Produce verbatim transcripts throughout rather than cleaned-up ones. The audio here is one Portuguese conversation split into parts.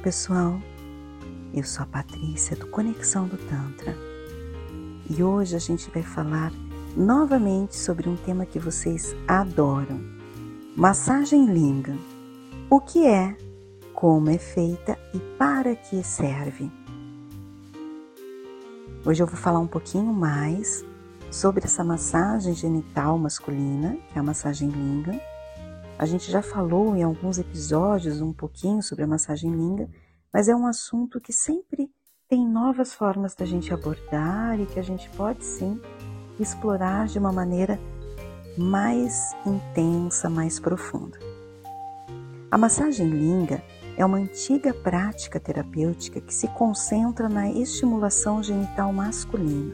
pessoal, eu sou a Patrícia do Conexão do Tantra e hoje a gente vai falar novamente sobre um tema que vocês adoram: massagem Lingam. O que é, como é feita e para que serve? Hoje eu vou falar um pouquinho mais sobre essa massagem genital masculina, que é a massagem Lingam. A gente já falou em alguns episódios um pouquinho sobre a massagem Lingam, mas é um assunto que sempre tem novas formas da gente abordar e que a gente pode sim explorar de uma maneira mais intensa, mais profunda. A massagem Lingam é uma antiga prática terapêutica que se concentra na estimulação genital masculina.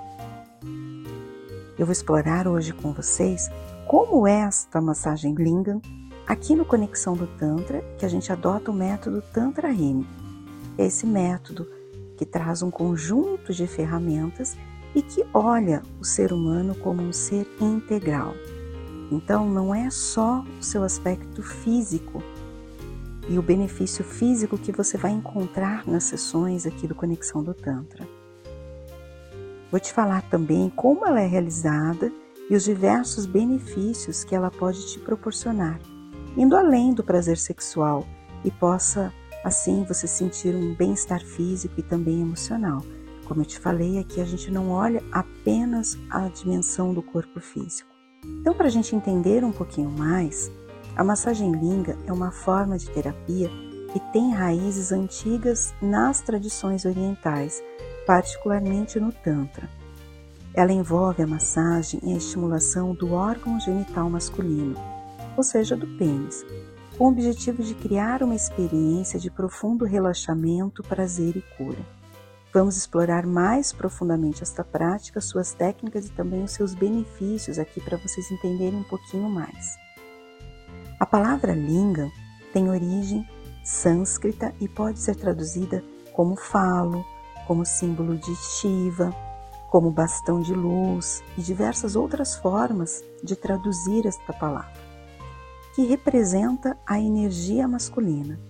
Eu vou explorar hoje com vocês como é esta massagem Lingam aqui no Conexão do Tantra, que a gente adota o método Tantra Healing. É esse método que traz um conjunto de ferramentas e que olha o ser humano como um ser integral. Então não é só o seu aspecto físico e o benefício físico que você vai encontrar nas sessões aqui do Conexão do Tantra. Vou te falar também como ela é realizada e os diversos benefícios que ela pode te proporcionar, indo além do prazer sexual e possa, assim, você sentir um bem-estar físico e também emocional. Como eu te falei, aqui a gente não olha apenas a dimensão do corpo físico. Então, para a gente entender um pouquinho mais, a massagem Lingam é uma forma de terapia que tem raízes antigas nas tradições orientais, particularmente no Tantra. Ela envolve a massagem e a estimulação do órgão genital masculino, ou seja, do pênis, com o objetivo de criar uma experiência de profundo relaxamento, prazer e cura. Vamos explorar mais profundamente esta prática, suas técnicas e também os seus benefícios aqui para vocês entenderem um pouquinho mais. A palavra Lingam tem origem sânscrita e pode ser traduzida como falo, como símbolo de Shiva, como bastão de luz e diversas outras formas de traduzir esta palavra, que representa a energia masculina.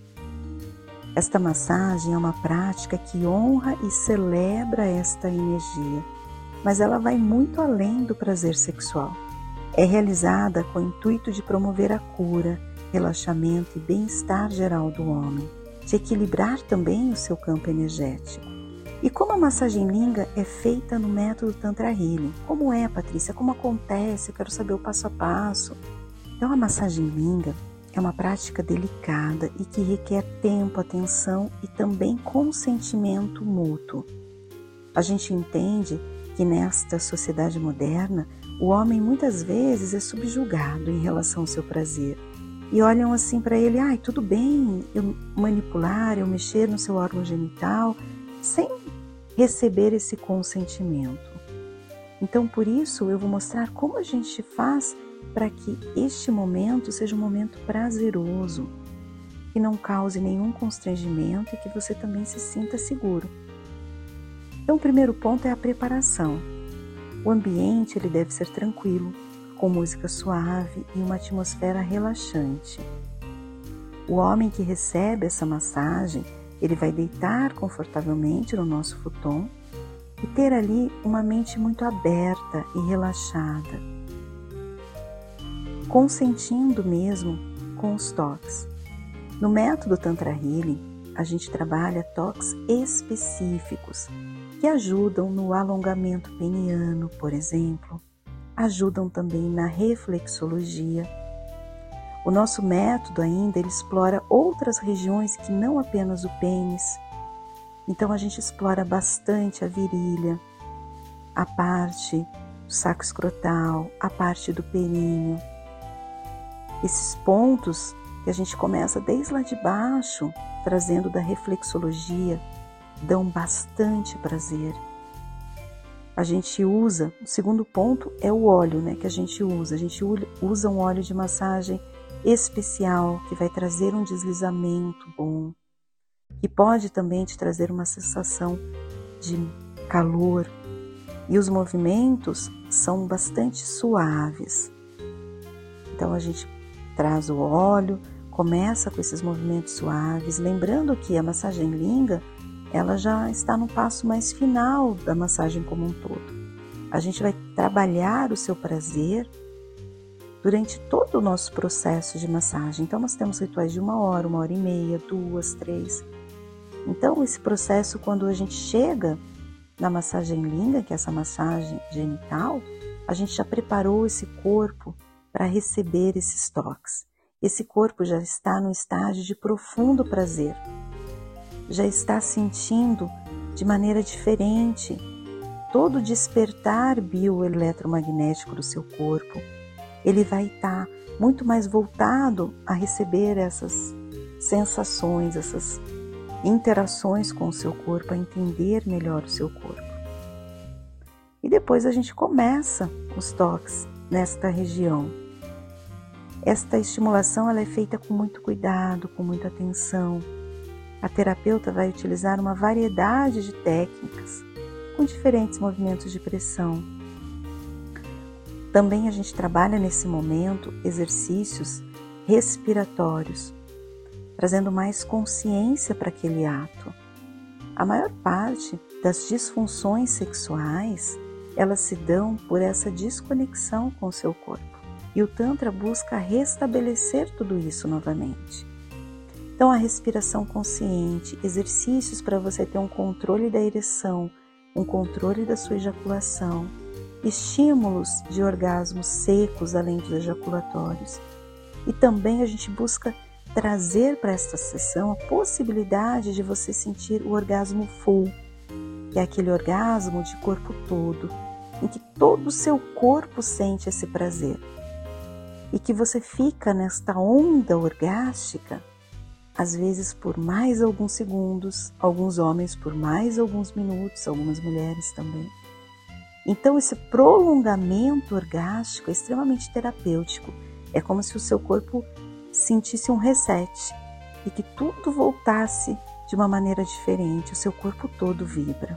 Esta massagem é uma prática que honra e celebra esta energia, mas ela vai muito além do prazer sexual. É realizada com o intuito de promover a cura, relaxamento e bem-estar geral do homem, de equilibrar também o seu campo energético. E como a massagem Lingam é feita no método Tantra Healing? Como é, Patrícia? Como acontece? Eu quero saber o passo a passo. Então, a massagem Lingam é uma prática delicada e que requer tempo, atenção e também consentimento mútuo. A gente entende que nesta sociedade moderna, o homem muitas vezes é subjugado em relação ao seu prazer. E olham assim para ele: ai, tudo bem eu manipular, eu mexer no seu órgão genital, sem receber esse consentimento. Então, por isso, eu vou mostrar como a gente faz para que este momento seja um momento prazeroso, que não cause nenhum constrangimento e que você também se sinta seguro. Então, o primeiro ponto é a preparação. O ambiente ele deve ser tranquilo, com música suave e uma atmosfera relaxante. O homem que recebe essa massagem, ele vai deitar confortavelmente no nosso futon e ter ali uma mente muito aberta e relaxada, consentindo mesmo com os toques. No método Tantra Healing, a gente trabalha toques específicos que ajudam no alongamento peniano, por exemplo, ajudam também na reflexologia. O nosso método ainda ele explora outras regiões que não apenas o pênis. Então a gente explora bastante a virilha, a parte do saco escrotal, a parte do períneo. Esses pontos que a gente começa desde lá de baixo, trazendo da reflexologia, dão bastante prazer. A gente usa, o segundo ponto é o óleo, né, que a gente usa. A gente usa um óleo de massagem especial que vai trazer um deslizamento bom, que pode também te trazer uma sensação de calor. E os movimentos são bastante suaves. Então a gente traz o óleo começa com esses movimentos suaves, lembrando que a massagem linga, ela já está no passo mais final da massagem como um todo. A gente vai trabalhar o seu prazer durante todo o nosso processo de massagem. Então, nós temos rituais de uma hora, uma hora e meia, duas, três. Então, esse processo, quando a gente chega na massagem linga, que é essa massagem genital, a gente já preparou esse corpo para receber esses toques. Esse corpo já está no estágio de profundo prazer, já está sentindo de maneira diferente todo o despertar bioeletromagnético do seu corpo. Ele vai estar muito mais voltado a receber essas sensações, essas interações com o seu corpo, a entender melhor o seu corpo. E depois a gente começa os toques nesta região. Esta estimulação ela é feita com muito cuidado, com muita atenção. A terapeuta vai utilizar uma variedade de técnicas, com diferentes movimentos de pressão. Também a gente trabalha nesse momento exercícios respiratórios, trazendo mais consciência para aquele ato. A maior parte das disfunções sexuais, elas se dão por essa desconexão com o seu corpo. E o Tantra busca restabelecer tudo isso novamente. Então, a respiração consciente, exercícios para você ter um controle da ereção, um controle da sua ejaculação, estímulos de orgasmos secos além dos ejaculatórios. E também a gente busca trazer para esta sessão a possibilidade de você sentir o orgasmo full, que é aquele orgasmo de corpo todo, em que todo o seu corpo sente esse prazer. E que você fica nesta onda orgástica, às vezes por mais alguns segundos, alguns homens por mais alguns minutos, algumas mulheres também. Então esse prolongamento orgástico é extremamente terapêutico. É como se o seu corpo sentisse um reset e que tudo voltasse de uma maneira diferente, o seu corpo todo vibra.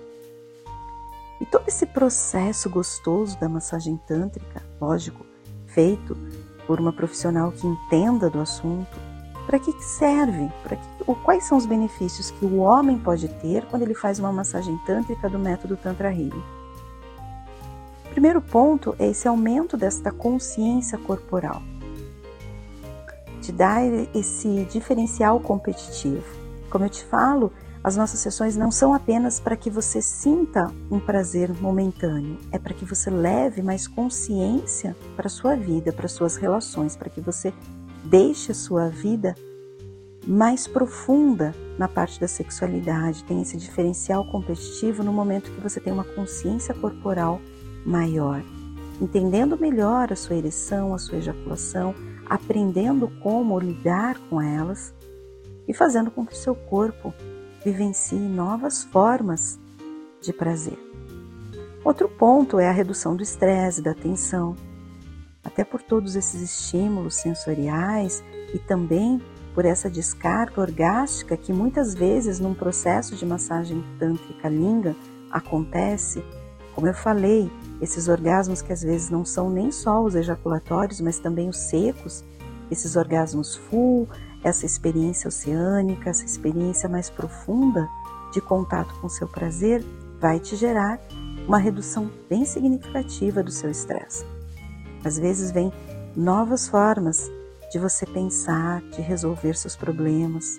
E todo esse processo gostoso da massagem tântrica, lógico, feito por uma profissional que entenda do assunto, para que serve? Para que, ou quais são os benefícios que o homem pode ter quando ele faz uma massagem tântrica do método Tantra Healing? O primeiro ponto é esse aumento desta consciência corporal, te dá esse diferencial competitivo. Como eu te falo, as nossas sessões não são apenas para que você sinta um prazer momentâneo, é para que você leve mais consciência para a sua vida, para as suas relações, para que você deixe a sua vida mais profunda na parte da sexualidade, tem esse diferencial competitivo no momento que você tem uma consciência corporal maior, entendendo melhor a sua ereção, a sua ejaculação, aprendendo como lidar com elas e fazendo com que o seu corpo vivencie novas formas de prazer. Outro ponto é a redução do estresse, da tensão, até por todos esses estímulos sensoriais e também por essa descarga orgástica que muitas vezes num processo de massagem tântrica linga acontece. Como eu falei, esses orgasmos que às vezes não são nem só os ejaculatórios, mas também os secos, esses orgasmos full, essa experiência oceânica, essa experiência mais profunda de contato com o seu prazer, vai te gerar uma redução bem significativa do seu estresse. Às vezes vem novas formas de você pensar, de resolver seus problemas.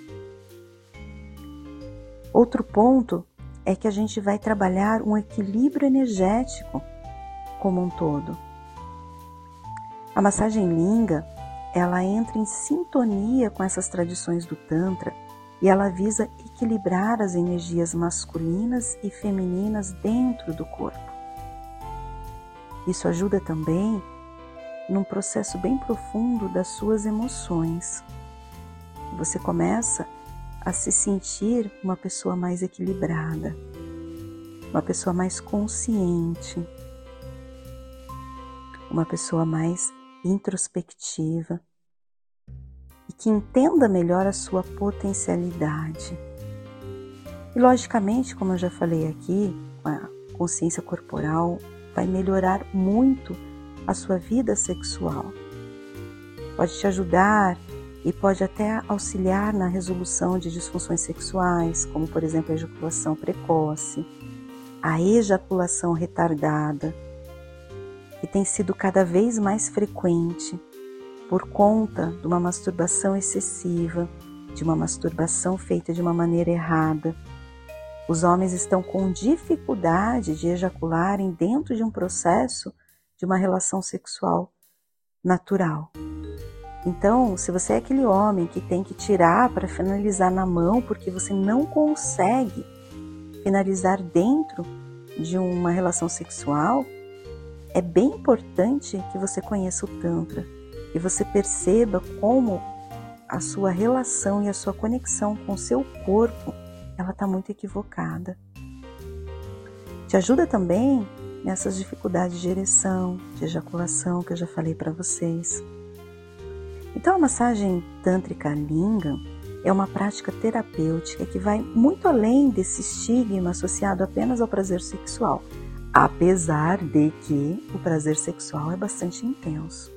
Outro ponto é que a gente vai trabalhar um equilíbrio energético como um todo. A massagem linga, ela entra em sintonia com essas tradições do Tantra e ela visa equilibrar as energias masculinas e femininas dentro do corpo. Isso ajuda também num processo bem profundo das suas emoções. Você começa a se sentir uma pessoa mais equilibrada, uma pessoa mais consciente, uma pessoa mais introspectiva e que entenda melhor a sua potencialidade. E logicamente, como eu já falei aqui, a consciência corporal vai melhorar muito a sua vida sexual. Pode te ajudar e pode até auxiliar na resolução de disfunções sexuais, como por exemplo a ejaculação precoce, a ejaculação retardada, que tem sido cada vez mais frequente por conta de uma masturbação excessiva, de uma masturbação feita de uma maneira errada. Os homens estão com dificuldade de ejacularem dentro de um processo de uma relação sexual natural. Então, se você é aquele homem que tem que tirar para finalizar na mão porque você não consegue finalizar dentro de uma relação sexual, é bem importante que você conheça o Tantra e você perceba como a sua relação e a sua conexão com o seu corpo, ela está muito equivocada. Te ajuda também nessas dificuldades de ereção, de ejaculação que eu já falei para vocês. Então a massagem tântrica Lingam é uma prática terapêutica que vai muito além desse estigma associado apenas ao prazer sexual, apesar de que o prazer sexual é bastante intenso.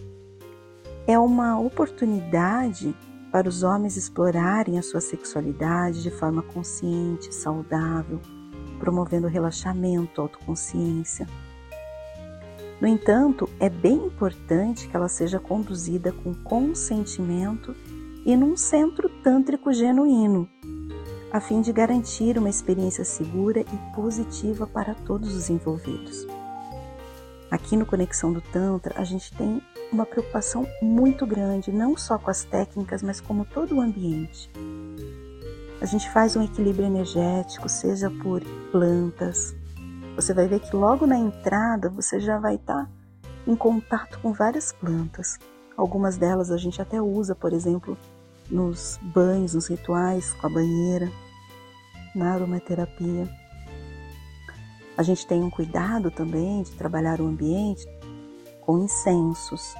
É uma oportunidade para os homens explorarem a sua sexualidade de forma consciente, saudável, promovendo relaxamento, autoconsciência. No entanto, é bem importante que ela seja conduzida com consentimento e num centro tântrico genuíno, a fim de garantir uma experiência segura e positiva para todos os envolvidos. Aqui no Conexão do Tantra, a gente tem uma preocupação muito grande, não só com as técnicas, mas como todo o ambiente. A gente faz um equilíbrio energético, seja por plantas. Você vai ver que logo na entrada você já vai estar em contato com várias plantas. Algumas delas a gente até usa, por exemplo, nos banhos, nos rituais, com a banheira, na aromaterapia. A gente tem um cuidado também de trabalhar o ambiente com incensos,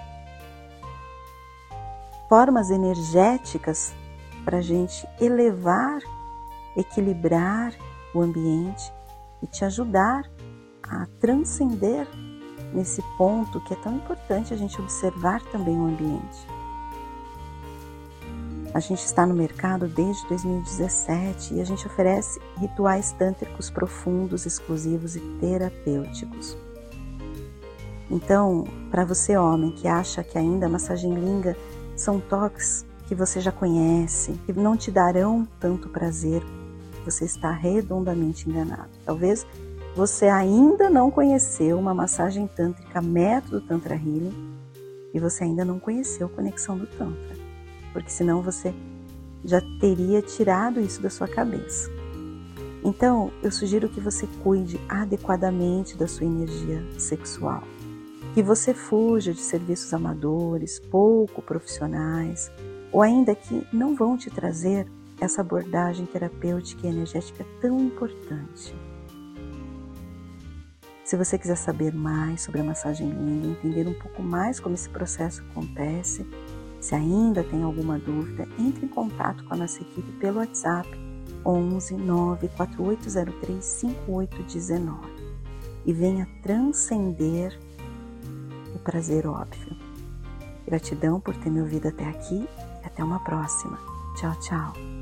formas energéticas para a gente elevar, equilibrar o ambiente e te ajudar a transcender nesse ponto que é tão importante a gente observar também o ambiente. A gente está no mercado desde dois mil e dezessete e a gente oferece rituais tântricos profundos, exclusivos e terapêuticos. Então, para você homem que acha que ainda a massagem Lingam são toques que você já conhece, que não te darão tanto prazer, você está redondamente enganado. Talvez você ainda não conheceu uma massagem tântrica método Tantra Healing e você ainda não conheceu Conexão do Tantra, porque senão você já teria tirado isso da sua cabeça. Então, eu sugiro que você cuide adequadamente da sua energia sexual, que você fuja de serviços amadores, pouco profissionais, ou ainda que não vão te trazer essa abordagem terapêutica e energética tão importante. Se você quiser saber mais sobre a massagem Lingam, entender um pouco mais como esse processo acontece, se ainda tem alguma dúvida, entre em contato com a nossa equipe pelo WhatsApp onze nove quatro oito zero três cinco oito um nove e venha transcender o prazer óbvio. Gratidão por ter me ouvido até aqui e até uma próxima. Tchau, tchau.